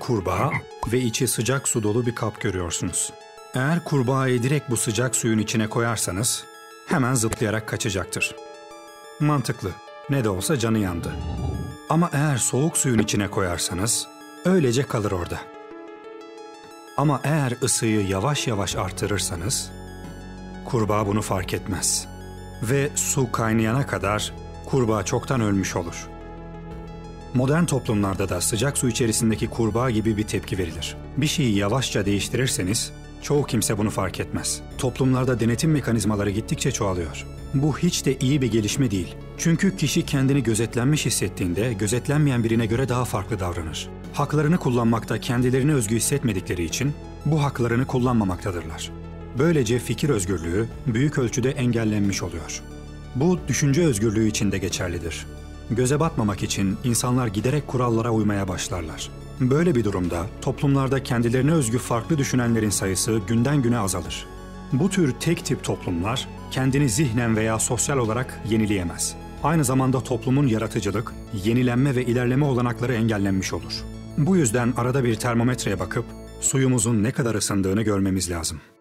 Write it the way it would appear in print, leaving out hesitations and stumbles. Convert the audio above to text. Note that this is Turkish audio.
kurbağa ve içi sıcak su dolu bir kap görüyorsunuz. Eğer kurbağayı direkt bu sıcak suyun içine koyarsanız hemen zıplayarak kaçacaktır. Mantıklı. Ne de olsa canı yandı. Ama eğer soğuk suyun içine koyarsanız öylece kalır orada. Ama eğer ısıyı yavaş yavaş artırırsanız kurbağa bunu fark etmez. Ve su kaynayana kadar kurbağa çoktan ölmüş olur. Modern toplumlarda da sıcak su içerisindeki kurbağa gibi bir tepki verilir. Bir şeyi yavaşça değiştirirseniz çoğu kimse bunu fark etmez. Toplumlarda denetim mekanizmaları gittikçe çoğalıyor. Bu hiç de iyi bir gelişme değil. Çünkü kişi kendini gözetlenmiş hissettiğinde gözetlenmeyen birine göre daha farklı davranır. Haklarını kullanmakta kendilerine özgü hissetmedikleri için bu haklarını kullanmamaktadırlar. Böylece fikir özgürlüğü büyük ölçüde engellenmiş oluyor. Bu düşünce özgürlüğü için de geçerlidir. Göze batmamak için insanlar giderek kurallara uymaya başlarlar. Böyle bir durumda toplumlarda kendilerine özgü farklı düşünenlerin sayısı günden güne azalır. Bu tür tek tip toplumlar kendini zihnen veya sosyal olarak yenileyemez. Aynı zamanda toplumun yaratıcılık, yenilenme ve ilerleme olanakları engellenmiş olur. Bu yüzden arada bir termometreye bakıp suyumuzun ne kadar ısındığını görmemiz lazım.